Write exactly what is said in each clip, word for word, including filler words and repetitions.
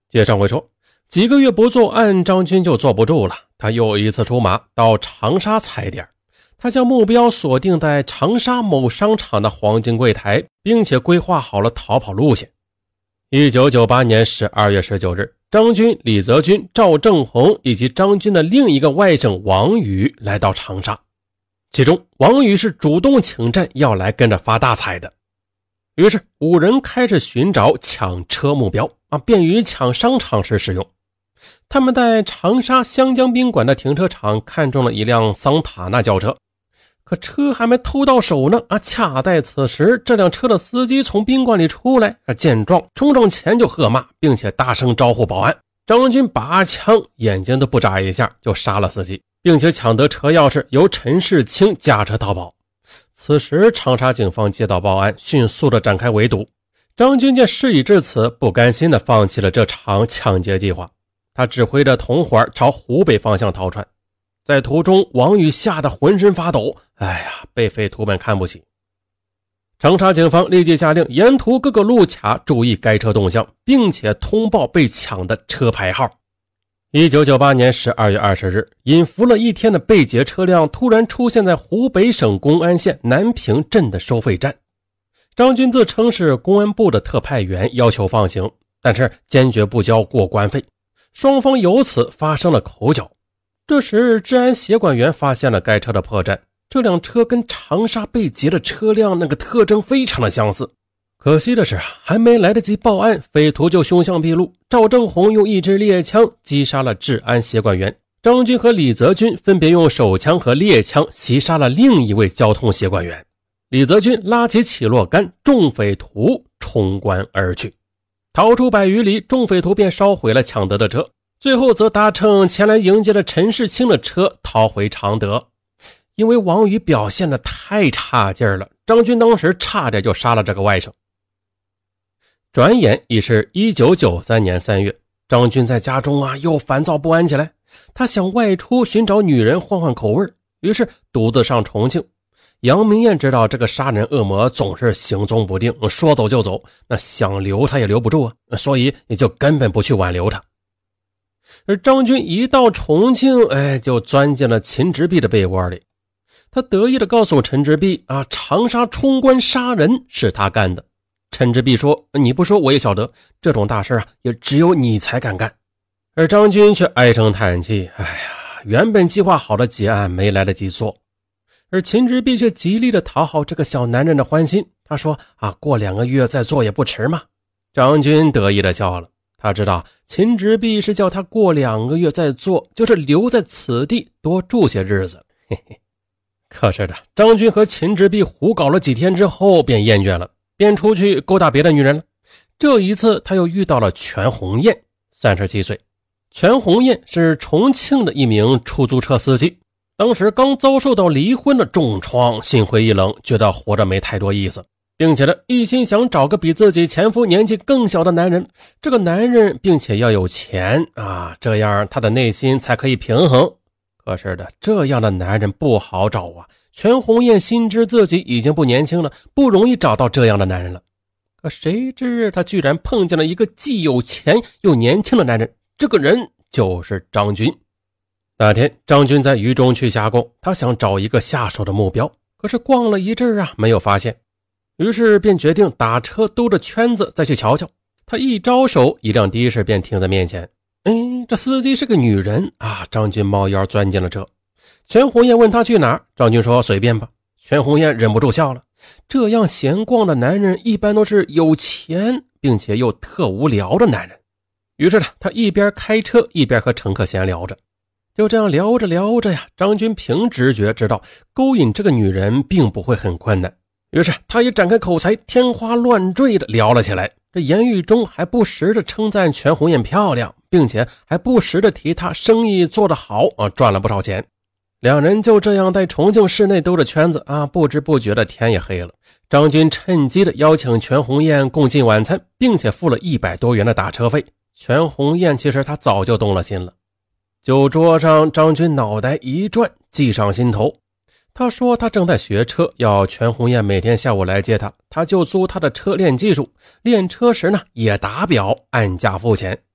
接上回说，几个月不作案，张军就坐不住了，他又一次出马到长沙踩点。他将目标锁定在长沙某商场的黄金柜台，并且规划好了逃跑路线。一九九八年十二月十九日，张军、李泽军、赵正红以及张军的另一个外甥王宇来到长沙，其中王宇是主动请战，要来跟着发大财的。于是五人开始寻找抢车目标啊，便于抢商场时使用。他们在长沙湘江宾馆的停车场看中了一辆桑塔纳轿车，可车还没偷到手呢啊！恰在此时，这辆车的司机从宾馆里出来，见状冲上前就喝骂，并且大声招呼保安。张军拔枪，眼睛都不眨一下就杀了司机，并且抢得车钥匙，由陈世清驾车逃跑。此时长沙警方接到报案，迅速的展开围堵。张军见事已至此，不甘心的放弃了这场抢劫计划，他指挥着同伙朝湖北方向逃窜。在途中，王宇吓得浑身发抖，哎呀，被匪徒们看不起。长沙警方立即下令沿途各个路卡注意该车动向，并且通报被抢的车牌号。一九九八年十二月二十日，隐伏了一天的被劫车辆突然出现在湖北省公安县南平镇的收费站。张军自称是公安部的特派员，要求放行，但是坚决不交过关费，双方由此发生了口角。这时治安协管员发现了该车的破绽，这辆车跟长沙被劫的车辆那个特征非常的相似。可惜的是还没来得及报案，匪徒就凶相毕露。赵正红用一支猎枪击杀了治安协管员，张军和李泽军分别用手枪和猎枪袭杀了另一位交通协管员。李泽军拉起起落杆，众匪徒冲关而去。逃出百余里，众匪徒便烧毁了抢得的车，最后则搭乘前来迎接了陈世清的车逃回常德。因为王宇表现得太差劲了，张军当时差点就杀了这个外甥。转眼已是一九九三年三月，张军在家中啊又烦躁不安起来，他想外出寻找女人换换口味，于是独自上重庆。杨明艳知道这个杀人恶魔总是行踪不定，说走就走，那想留他也留不住啊，所以也就根本不去挽留他。而张军一到重庆，哎，就钻进了秦直弼的被窝里。他得意地告诉陈直弼啊，长沙冲关杀人是他干的。陈直弼说，你不说我也晓得，这种大事啊，也只有你才敢干。而张军却唉声叹气，哎呀，原本计划好的结案没来得及做。而秦直弼却极力地讨好这个小男人的欢心，他说啊，过两个月再做也不迟嘛。张军得意地笑了，他知道秦直弼是叫他过两个月再做，就是留在此地多住些日子。嘿嘿。可是的，张军和秦直弼胡搞了几天之后便厌倦了，便出去勾搭别的女人了。这一次他又遇到了全红艳，三十七岁。全红艳是重庆的一名出租车司机，当时刚遭受到离婚的重创，心灰意冷，觉得活着没太多意思，并且呢一心想找个比自己前夫年纪更小的男人，这个男人并且要有钱啊，这样他的内心才可以平衡。可是的，这样的男人不好找啊！全红艳心知自己已经不年轻了，不容易找到这样的男人了。可谁知他居然碰见了一个既有钱又年轻的男人，这个人就是张军。那天张军在渝中区瞎逛，他想找一个下手的目标，可是逛了一阵啊，没有发现，于是便决定打车兜着圈子再去瞧瞧。他一招手，一辆的士便停在面前。哎，这司机是个女人啊！张军猫腰钻进了车。全红艳问他去哪儿，张军说随便吧。全红艳忍不住笑了，这样闲逛的男人一般都是有钱并且又特无聊的男人。于是呢，他一边开车一边和乘客闲聊着。就这样聊着聊着呀，张军凭直觉知道勾引这个女人并不会很困难，于是他也展开口才，天花乱坠的聊了起来。这言语中还不时的称赞全红艳漂亮，并且还不时的提他生意做得好啊，赚了不少钱。两人就这样在重庆市内兜着圈子啊，不知不觉的天也黑了。张军趁机的邀请全红艳共进晚餐，并且付了一百多元的打车费。全红艳其实他早就动了心了。酒桌上，张军脑袋一转，计上心头。他说他正在学车，要全红艳每天下午来接他，他就租他的车练技术，练车时呢也打表按价付钱。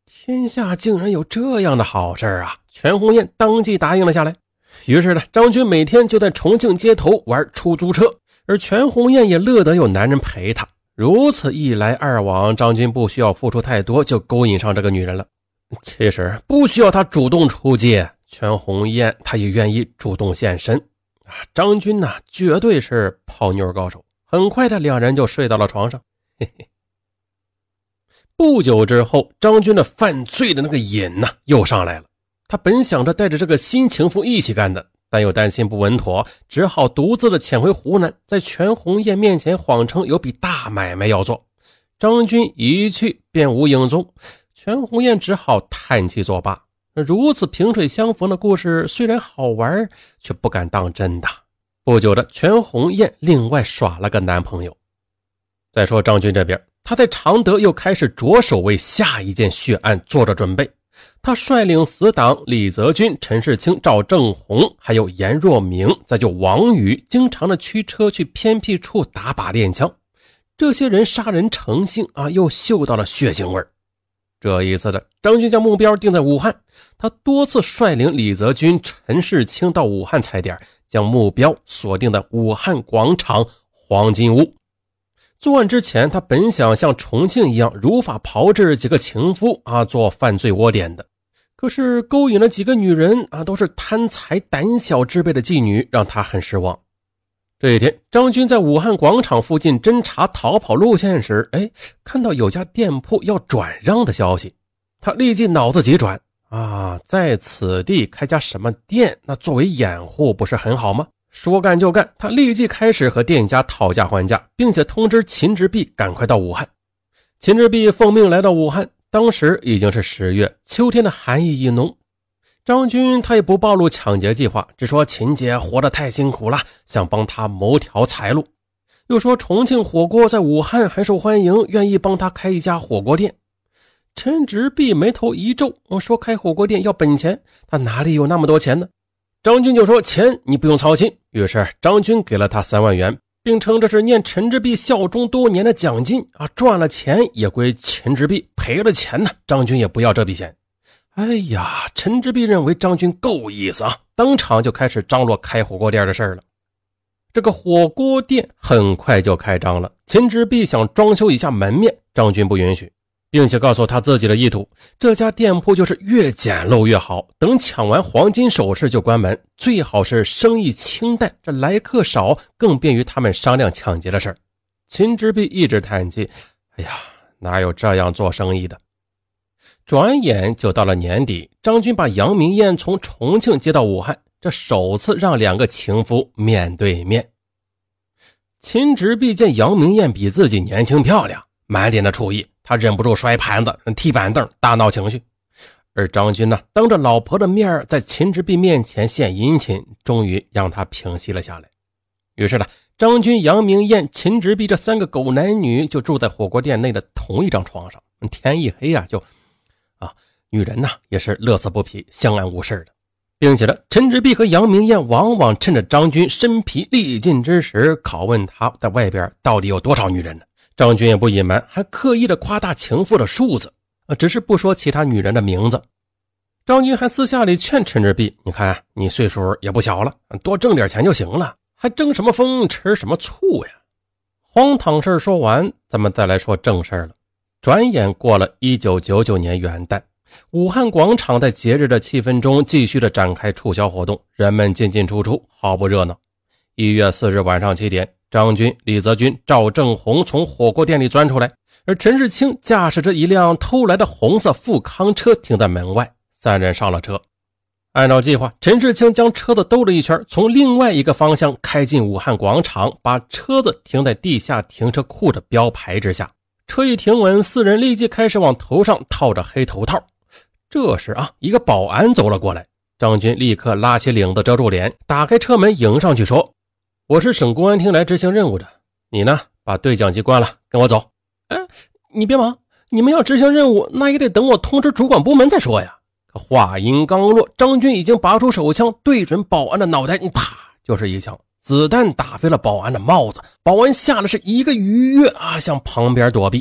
天下竟然有这样的好事啊！全红艳当即答应了下来。于是呢，张军每天就在重庆街头玩出租车，而全红艳也乐得有男人陪她。如此一来二往，张军不需要付出太多就勾引上这个女人了。其实不需要他主动出击，全红艳他也愿意主动现身啊！张军呢，绝对是泡妞高手。很快的，两人就睡到了床上。嘿嘿。不久之后，张军的犯罪的那个瘾呢又上来了。他本想着带着这个新情妇一起干的，但又担心不稳妥，只好独自的潜回湖南，在全红艳面前谎称有笔大买卖要做。张军一去便无影踪，全红艳只好叹气作罢。如此萍水相逢的故事虽然好玩，却不敢当真的。不久的，全红艳另外耍了个男朋友。再说张军这边，他在常德又开始着手为下一件血案做着准备。他率领死党李泽钧、陈世清、赵正红还有严若明，再就王宇，经常的驱车去偏僻处打靶练枪。这些人杀人成性啊，又嗅到了血腥味。这一次的张军将目标定在武汉，他多次率领李泽钧、陈世清到武汉踩点，将目标锁定在武汉广场黄金屋。作案之前，他本想像重庆一样如法炮制几个情夫啊，做犯罪窝点的。可是勾引了几个女人啊，都是贪财胆小之辈的妓女，让他很失望。这一天，张军在武汉广场附近侦查逃跑路线时，哎，看到有家店铺要转让的消息，他立即脑子急转啊，在此地开家什么店，那作为掩护不是很好吗？说干就干，他立即开始和店家讨价还价，并且通知秦之璧赶快到武汉。秦之璧奉命来到武汉，当时已经是十月，秋天的寒意一浓。张军他也不暴露抢劫计划，只说秦姐活得太辛苦了，想帮他谋条财路。又说重庆火锅在武汉很受欢迎，愿意帮他开一家火锅店。陈之璧眉头一皱，说开火锅店要本钱，他哪里有那么多钱呢？张军就说钱你不用操心，于是张军给了他三万元，并称这是念陈之璧效忠多年的奖金啊，赚了钱也归陈之璧，赔了钱呢，张军也不要这笔钱。哎呀，陈之璧认为张军够意思啊，当场就开始张罗开火锅店的事了。这个火锅店很快就开张了，秦之璧想装修一下门面，张军不允许，并且告诉他自己的意图，这家店铺就是越简陋越好，等抢完黄金首饰就关门，最好是生意清淡，这来客少，更便于他们商量抢劫的事儿。秦之璧一直叹气，哎呀，哪有这样做生意的。转眼就到了年底，张军把杨明艳从重庆接到武汉，这首次让两个情夫面对面。秦之璧见杨明艳比自己年轻漂亮，满脸的醋意，他忍不住摔盘子踢板凳大闹情绪。而张军呢，当着老婆的面在秦之璧面前献殷勤，终于让他平息了下来。于是呢，张军、杨明艳、秦之璧这三个狗男女就住在火锅店内的同一张床上，天一黑啊就啊，女人呢也是乐此不疲，相安无事的。并且呢，陈之璧和杨明艳往往趁着张军身疲力尽之时，拷问他在外边到底有多少女人呢？张军也不隐瞒，还刻意的夸大情妇的数字，只是不说其他女人的名字。张军还私下里劝陈之璧，你看你岁数也不小了，多挣点钱就行了，还争什么风吃什么醋呀。荒唐事说完，咱们再来说正事了。转眼过了一九九九年元旦，武汉广场在节日的气氛中继续的展开促销活动，人们进进出出，毫不热闹。一月四日晚上七点，张军、李泽钧、赵正红从火锅店里钻出来，而陈世清驾驶着一辆偷来的红色富康车停在门外，三人上了车。按照计划，陈世清将车子兜了一圈，从另外一个方向开进武汉广场，把车子停在地下停车库的标牌之下。车一停稳，四人立即开始往头上套着黑头套。这时啊，一个保安走了过来，张军立刻拉起领子遮住脸，打开车门迎上去说，我是省公安厅来执行任务的，你呢把对讲机关了，跟我走。哎，你别忙，你们要执行任务，那也得等我通知主管部门再说呀。话音刚落，张军已经拔出手枪对准保安的脑袋，啪就是一枪，子弹打飞了保安的帽子，保安吓得是一个鱼跃啊，向旁边躲避。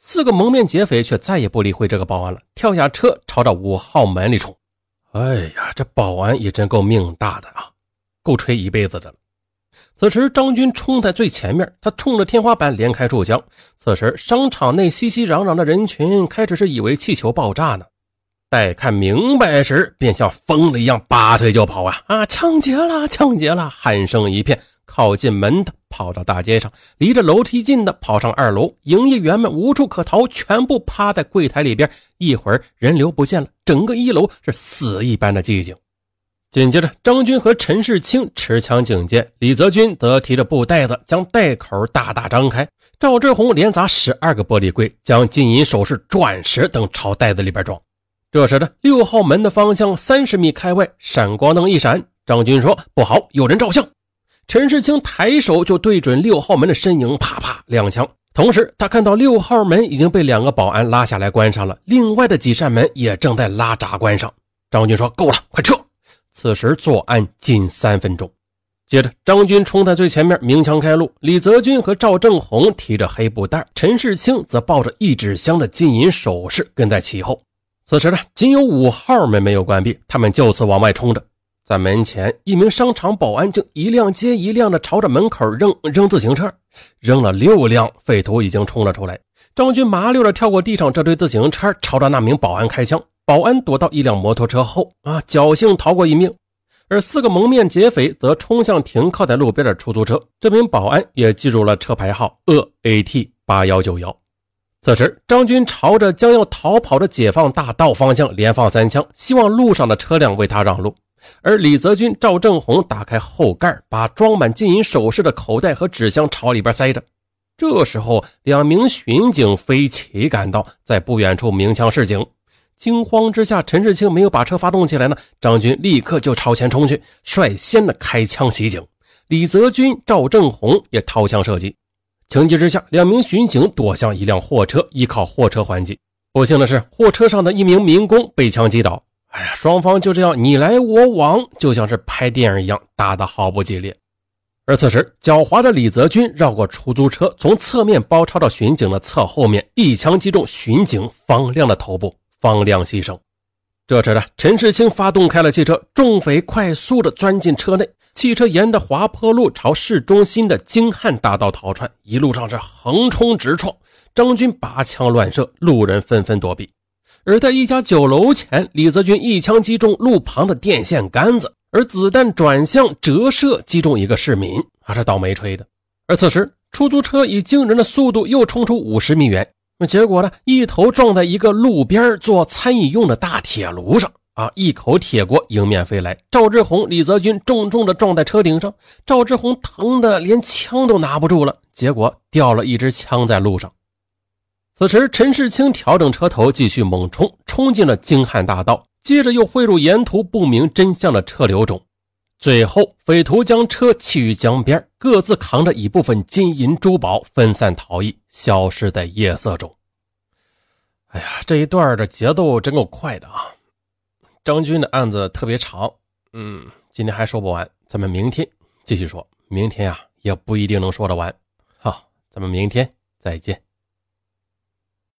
四个蒙面劫匪却再也不理会这个保安了，跳下车朝着五号门里冲。哎呀，这保安也真够命大的啊，够吹一辈子的了。此时张军冲在最前面，他冲着天花板连开数枪。此时商场内熙熙攘攘的人群开始是以为气球爆炸呢，待看明白时便像疯了一样拔腿就跑啊啊！抢劫了抢劫了，喊声一片。靠近门的跑到大街上，离着楼梯近的跑上二楼，营业员们无处可逃，全部趴在柜台里边。一会儿人流不见了，整个一楼是死一般的寂静。紧接着张军和陈世清持枪警戒，李泽军则提着布袋子将袋口大大张开，赵志红连砸十二个玻璃柜，将金银首饰、钻石等朝袋子里边装。这时的六号门的方向三十米开外，闪光灯一闪，张军说不好，有人照相。陈世清抬手就对准六号门的身影，啪啪两枪。同时他看到六号门已经被两个保安拉下来关上了，另外的几扇门也正在拉闸关上。张军说够了，快撤。此时作案仅三分钟。接着张军冲在最前面，鸣枪开路，李泽军和赵正红提着黑布袋，陈世清则抱着一纸箱的金银首饰跟在其后。此时呢，仅有五号门没有关闭，他们就此往外冲着。在门前，一名商场保安竟一辆接一辆的朝着门口扔扔自行车，扔了六辆，匪徒已经冲了出来。张军麻溜的跳过地上这堆自行车，朝着那名保安开枪。保安躲到一辆摩托车后啊，侥幸逃过一命。而四个蒙面劫匪则冲向停靠在路边的出租车，这名保安也记住了车牌号鄂 A T 八一九一。此时张军朝着将要逃跑的解放大道方向连放三枪，希望路上的车辆为他让路。而李泽军、赵正红打开后盖，把装满金银首饰的口袋和纸箱朝里边塞着。这时候两名巡警飞骑赶到，在不远处鸣枪示警。惊慌之下，陈世清没有把车发动起来呢，张军立刻就朝前冲去，率先的开枪袭警。李泽军、赵正红也掏枪射击。情急之下，两名巡警躲向一辆货车，依靠货车还击。不幸的是，货车上的一名民工被枪击倒。哎呀，双方就这样你来我往，就像是拍电影一样，打得毫不激烈。而此时狡猾的李泽军绕过出租车，从侧面包抄到巡警的侧后面，一枪击中巡警方亮的头部，方亮牺牲。这时呢，陈世清发动开了汽车，众匪快速的钻进车内，汽车沿着滑坡路朝市中心的京汉大道逃窜，一路上是横冲直撞，张军拔枪乱射，路人纷纷躲避。而在一家酒楼前，李泽军一枪击中路旁的电线杆子，而子弹转向折射击中一个市民，还是倒霉吹的。而此时出租车以惊人的速度又冲出五十米远，结果呢，一头撞在一个路边做餐饮用的大铁炉上啊！一口铁锅迎面飞来，赵志红、李泽军重重的撞在车顶上，赵志红疼得连枪都拿不住了，结果掉了一支枪在路上。此时陈世清调整车头继续猛冲，冲进了京汉大道，接着又汇入沿途不明真相的车流中。最后匪徒将车弃于江边，各自扛着一部分金银珠宝分散逃逸，消失在夜色中。哎呀，这一段的节奏真够快的啊！张军的案子特别长，嗯，今天还说不完，咱们明天继续说。明天啊，也不一定能说得完。好，咱们明天再见。